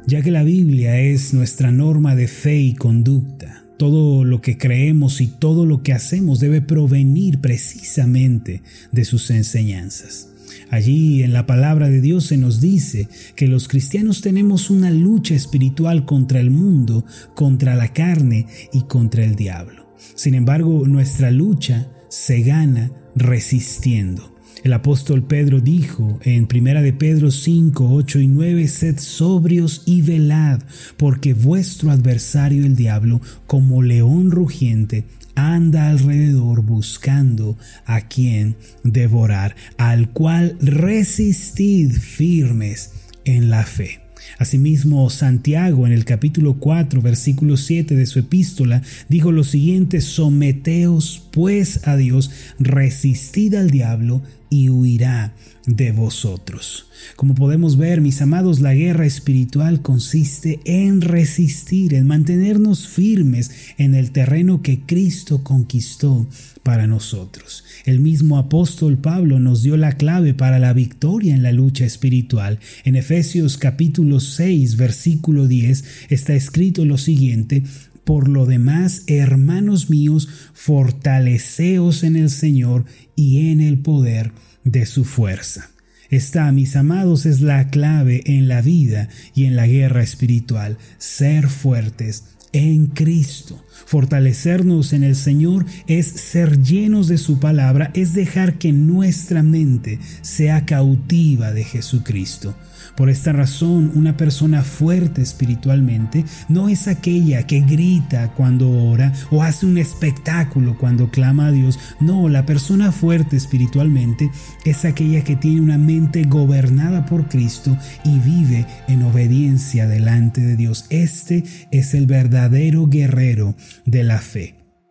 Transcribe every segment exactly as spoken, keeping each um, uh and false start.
Ya que la Biblia es nuestra norma de fe y conducta, todo lo que creemos y todo lo que hacemos debe provenir precisamente de sus enseñanzas. Allí en la palabra de Dios se nos dice que los cristianos tenemos una lucha espiritual contra el mundo, contra la carne y contra el diablo. Sin embargo, nuestra lucha se gana resistiendo. El apóstol Pedro dijo en primera de Pedro cinco, ocho y nueve: sed sobrios y velad, porque vuestro adversario el diablo, como león rugiente, anda alrededor buscando a quien devorar, al cual resistid firmes en la fe. Asimismo, Santiago en el capítulo cuatro, versículo siete de su epístola dijo lo siguiente: someteos pues a Dios, resistid al diablo y huirá de vosotros. Como podemos ver, mis amados, la guerra espiritual consiste en resistir, en mantenernos firmes en el terreno que Cristo conquistó para nosotros. El mismo apóstol Pablo nos dio la clave para la victoria en la lucha espiritual. En Efesios capítulo seis, versículo diez, está escrito lo siguiente: por lo demás, hermanos míos, fortaleceos en el Señor y en el poder de su fuerza. Esta, mis amados, es la clave en la vida y en la guerra espiritual: ser fuertes en Cristo. Fortalecernos en el Señor es ser llenos de su palabra, es dejar que nuestra mente sea cautiva de Jesucristo. Por esta razón, una persona fuerte espiritualmente no es aquella que grita cuando ora o hace un espectáculo cuando clama a Dios. No, la persona fuerte espiritualmente es aquella que tiene una mente gobernada por Cristo y vive en obediencia delante de Dios. Este es el verdadero guerrero de la fe.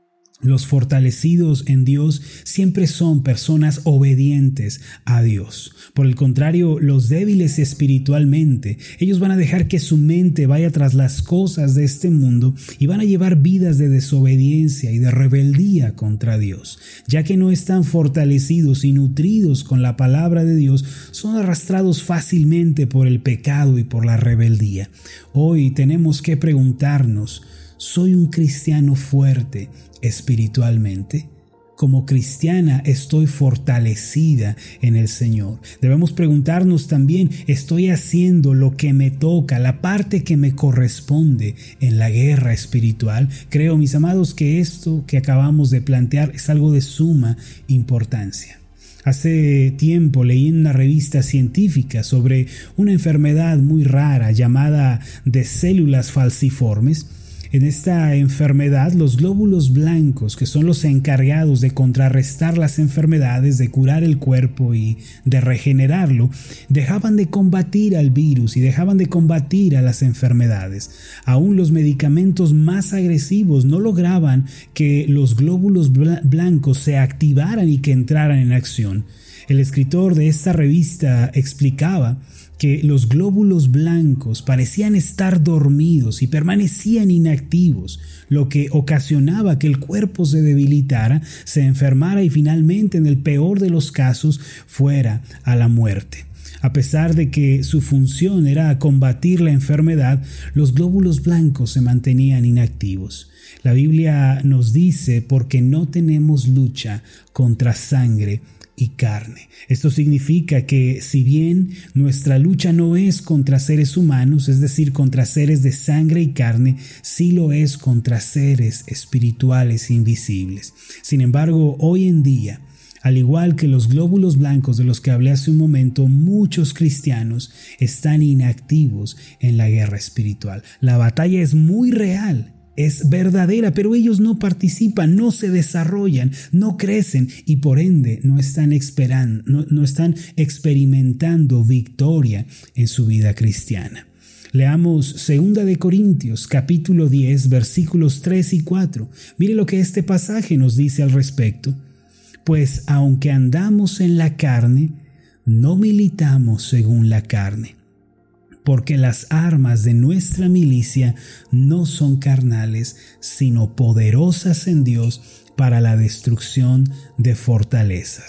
Los fortalecidos en Dios siempre son personas obedientes a Dios. Por el contrario, los débiles espiritualmente, ellos van a dejar que su mente vaya tras las cosas de este mundo y van a llevar vidas de desobediencia y de rebeldía contra Dios. Ya que no están fortalecidos y nutridos con la palabra de Dios, son arrastrados fácilmente por el pecado y por la rebeldía. Hoy tenemos que preguntarnos: ¿soy un cristiano fuerte espiritualmente? Como cristiana, ¿estoy fortalecida en el Señor? Debemos preguntarnos también: ¿estoy haciendo lo que me toca, la parte que me corresponde en la guerra espiritual? Creo, mis amados, que esto que acabamos de plantear es algo de suma importancia. Hace tiempo leí en una revista científica sobre una enfermedad muy rara llamada de células falciformes. En esta enfermedad, los glóbulos blancos, que son los encargados de contrarrestar las enfermedades, de curar el cuerpo y de regenerarlo, dejaban de combatir al virus y dejaban de combatir a las enfermedades. Aún los medicamentos más agresivos no lograban que los glóbulos blancos se activaran y que entraran en acción. El escritor de esta revista explicaba que los glóbulos blancos parecían estar dormidos y permanecían inactivos, lo que ocasionaba que el cuerpo se debilitara, se enfermara y finalmente, en el peor de los casos, fuera a la muerte. A pesar de que su función era combatir la enfermedad, los glóbulos blancos se mantenían inactivos. La Biblia nos dice: porque no tenemos lucha contra sangre y carne. Esto significa que si bien nuestra lucha no es contra seres humanos, es decir, contra seres de sangre y carne, sí lo es contra seres espirituales invisibles. Sin embargo, hoy en día, al igual que los glóbulos blancos de los que hablé hace un momento, muchos cristianos están inactivos en la guerra espiritual. La batalla es muy real, es verdadera, pero ellos no participan, no se desarrollan, no crecen y por ende no están esperando, no, no están experimentando victoria en su vida cristiana. Leamos segunda de Corintios capítulo diez, versículos tres y cuatro. Mire lo que este pasaje nos dice al respecto. Pues aunque andamos en la carne, no militamos según la carne. Porque las armas de nuestra milicia no son carnales, sino poderosas en Dios para la destrucción de fortalezas.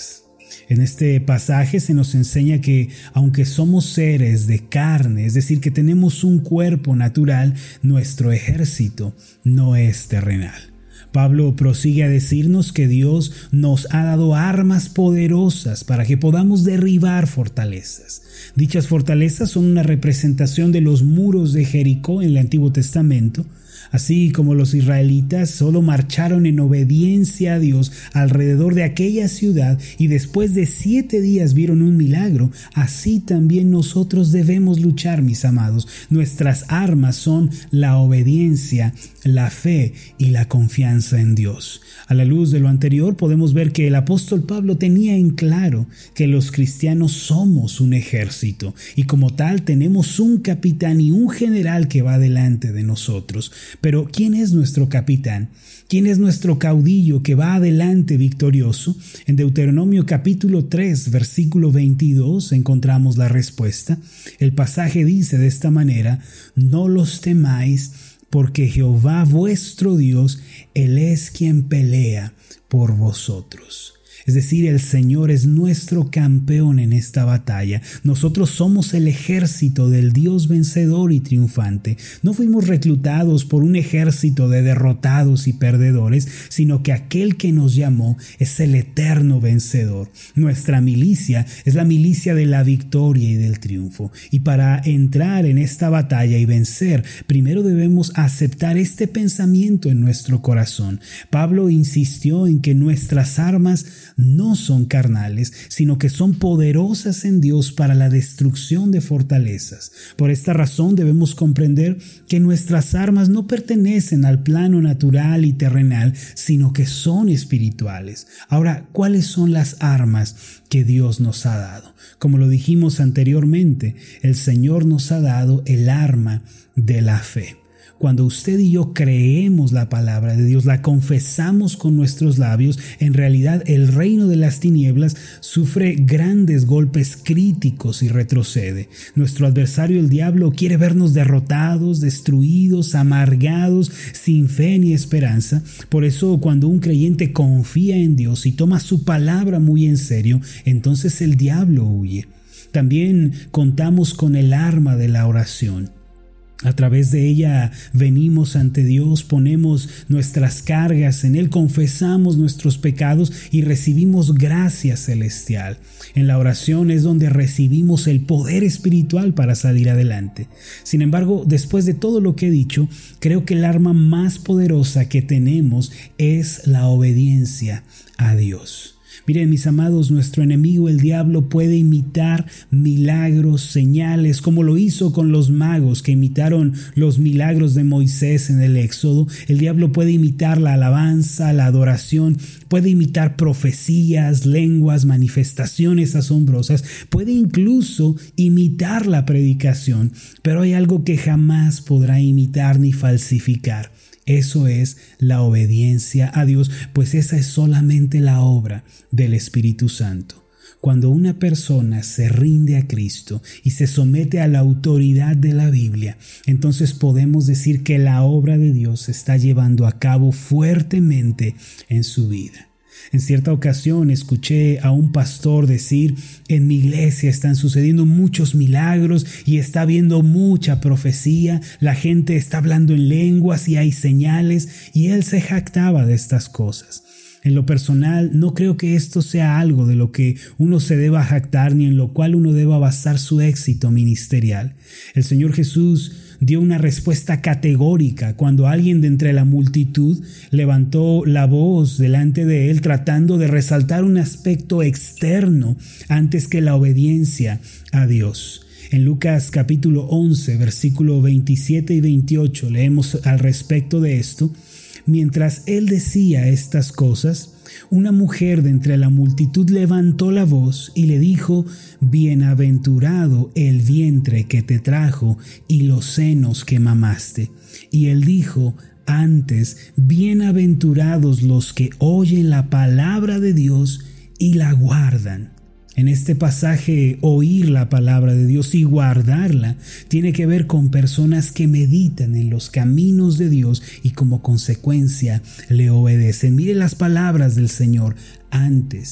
En este pasaje se nos enseña que aunque somos seres de carne, es decir, que tenemos un cuerpo natural, nuestro ejército no es terrenal. Pablo prosigue a decirnos que Dios nos ha dado armas poderosas para que podamos derribar fortalezas. Dichas fortalezas son una representación de los muros de Jericó en el Antiguo Testamento. Así como los israelitas solo marcharon en obediencia a Dios alrededor de aquella ciudad y después de siete días vieron un milagro, así también nosotros debemos luchar, mis amados. Nuestras armas son la obediencia, la fe y la confianza en Dios. A la luz de lo anterior podemos ver que el apóstol Pablo tenía en claro que los cristianos somos un ejército y como tal tenemos un capitán y un general que va delante de nosotros. Pero ¿quién es nuestro capitán? ¿Quién es nuestro caudillo que va adelante victorioso? En Deuteronomio capítulo tres, versículo veintidós encontramos la respuesta. El pasaje dice de esta manera: no los temáis, porque Jehová vuestro Dios, Él es quien pelea por vosotros. Es decir, el Señor es nuestro campeón en esta batalla. Nosotros somos el ejército del Dios vencedor y triunfante. No fuimos reclutados por un ejército de derrotados y perdedores, sino que aquel que nos llamó es el eterno vencedor. Nuestra milicia es la milicia de la victoria y del triunfo. Y para entrar en esta batalla y vencer, primero debemos aceptar este pensamiento en nuestro corazón. Pablo insistió en que nuestras armas no son carnales, sino que son poderosas en Dios para la destrucción de fortalezas. Por esta razón debemos comprender que nuestras armas no pertenecen al plano natural y terrenal, sino que son espirituales. Ahora, ¿cuáles son las armas que Dios nos ha dado? Como lo dijimos anteriormente, el Señor nos ha dado el arma de la fe. Cuando usted y yo creemos la palabra de Dios, la confesamos con nuestros labios, en realidad el reino de las tinieblas sufre grandes golpes críticos y retrocede. Nuestro adversario, el diablo, quiere vernos derrotados, destruidos, amargados, sin fe ni esperanza. Por eso, cuando un creyente confía en Dios y toma su palabra muy en serio, entonces el diablo huye. También contamos con el arma de la oración. A través de ella venimos ante Dios, ponemos nuestras cargas en Él, confesamos nuestros pecados y recibimos gracia celestial. En la oración es donde recibimos el poder espiritual para salir adelante. Sin embargo, después de todo lo que he dicho, creo que el arma más poderosa que tenemos es la obediencia a Dios. Miren, mis amados, nuestro enemigo, el diablo, puede imitar milagros, señales, como lo hizo con los magos que imitaron los milagros de Moisés en el Éxodo. El diablo puede imitar la alabanza, la adoración, puede imitar profecías, lenguas, manifestaciones asombrosas, puede incluso imitar la predicación, pero hay algo que jamás podrá imitar ni falsificar. Eso es la obediencia a Dios, pues esa es solamente la obra del Espíritu Santo. Cuando una persona se rinde a Cristo y se somete a la autoridad de la Biblia, entonces podemos decir que la obra de Dios se está llevando a cabo fuertemente en su vida. En cierta ocasión escuché a un pastor decir: en mi iglesia están sucediendo muchos milagros y está habiendo mucha profecía, la gente está hablando en lenguas y hay señales, y él se jactaba de estas cosas. En lo personal, no creo que esto sea algo de lo que uno se deba jactar ni en lo cual uno deba basar su éxito ministerial. El Señor Jesús dio una respuesta categórica cuando alguien de entre la multitud levantó la voz delante de él tratando de resaltar un aspecto externo antes que la obediencia a Dios. En Lucas capítulo once, versículo veintisiete y veintiocho leemos al respecto de esto: mientras él decía estas cosas, una mujer de entre la multitud levantó la voz y le dijo: bienaventurado el vientre que te trajo y los senos que mamaste. Y él dijo: antes, bienaventurados los que oyen la palabra de Dios y la guardan. En este pasaje, oír la palabra de Dios y guardarla tiene que ver con personas que meditan en los caminos de Dios y como consecuencia le obedecen. Mire las palabras del Señor: antes,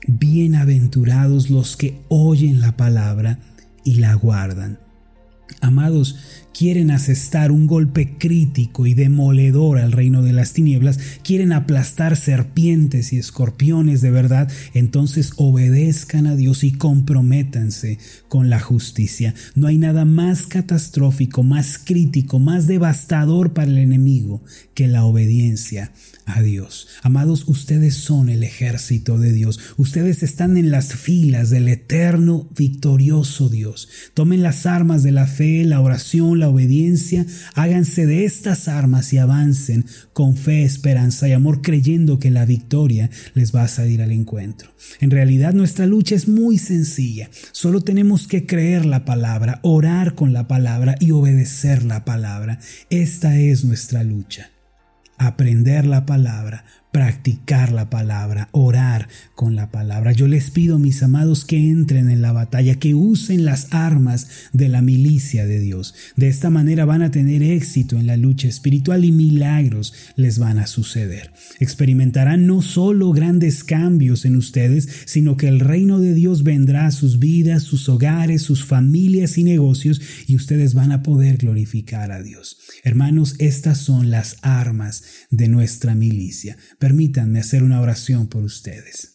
Bienaventurados los que oyen la palabra y la guardan. Amados, quieren asestar un golpe crítico y demoledor al reino de las tinieblas, quieren aplastar serpientes y escorpiones de verdad, entonces obedezcan a Dios y comprométanse con la justicia. No hay nada más catastrófico, más crítico, más devastador para el enemigo que la obediencia a Dios. Amados, ustedes son el ejército de Dios. Ustedes están en las filas del eterno, victorioso Dios. Tomen las armas de la fe, la oración, la obediencia. Háganse de estas armas y avancen con fe, esperanza y amor, creyendo que la victoria les va a salir al encuentro. En realidad, nuestra lucha es muy sencilla. Solo tenemos que creer la palabra, orar con la palabra y obedecer la palabra. Esta es nuestra lucha. Aprender la palabra, practicar la palabra, orar con la palabra. Yo les pido, mis amados, que entren en la batalla, que usen las armas de la milicia de Dios. De esta manera van a tener éxito en la lucha espiritual y milagros les van a suceder. Experimentarán no solo grandes cambios en ustedes, sino que el reino de Dios vendrá a sus vidas, sus hogares, sus familias y negocios, y ustedes van a poder glorificar a Dios. Hermanos, estas son las armas de nuestra milicia. Permítanme hacer una oración por ustedes.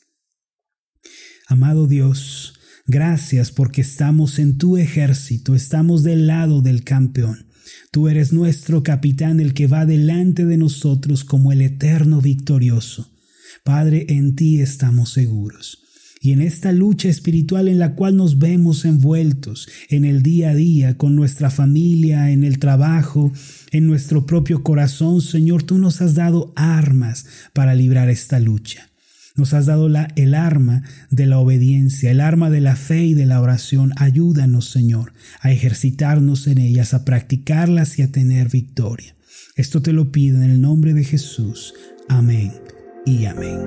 Amado Dios, gracias porque estamos en tu ejército, estamos del lado del campeón. Tú eres nuestro capitán, el que va delante de nosotros como el eterno victorioso. Padre, en ti estamos seguros. Y en esta lucha espiritual en la cual nos vemos envueltos en el día a día, con nuestra familia, en el trabajo, en nuestro propio corazón, Señor, tú nos has dado armas para librar esta lucha. Nos has dado la, el arma de la obediencia, el arma de la fe y de la oración. Ayúdanos, Señor, a ejercitarnos en ellas, a practicarlas y a tener victoria. Esto te lo pido en el nombre de Jesús. Amén y amén.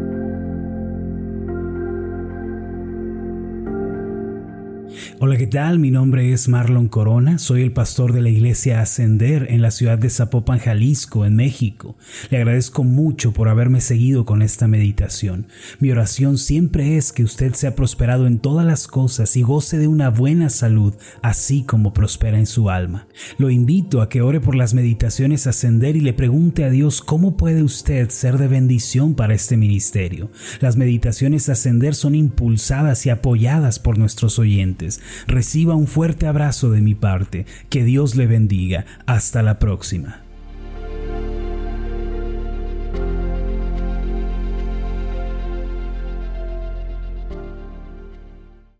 Hola, ¿qué tal? Mi nombre es Marlon Corona, soy el pastor de la iglesia Ascender en la ciudad de Zapopan, Jalisco, en México. Le agradezco mucho por haberme seguido con esta meditación. Mi oración siempre es que usted sea prosperado en todas las cosas y goce de una buena salud, así como prospera en su alma. Lo invito a que ore por las meditaciones Ascender y le pregunte a Dios cómo puede usted ser de bendición para este ministerio. Las meditaciones Ascender son impulsadas y apoyadas por nuestros oyentes. Reciba un fuerte abrazo de mi parte. Que Dios le bendiga. Hasta la próxima.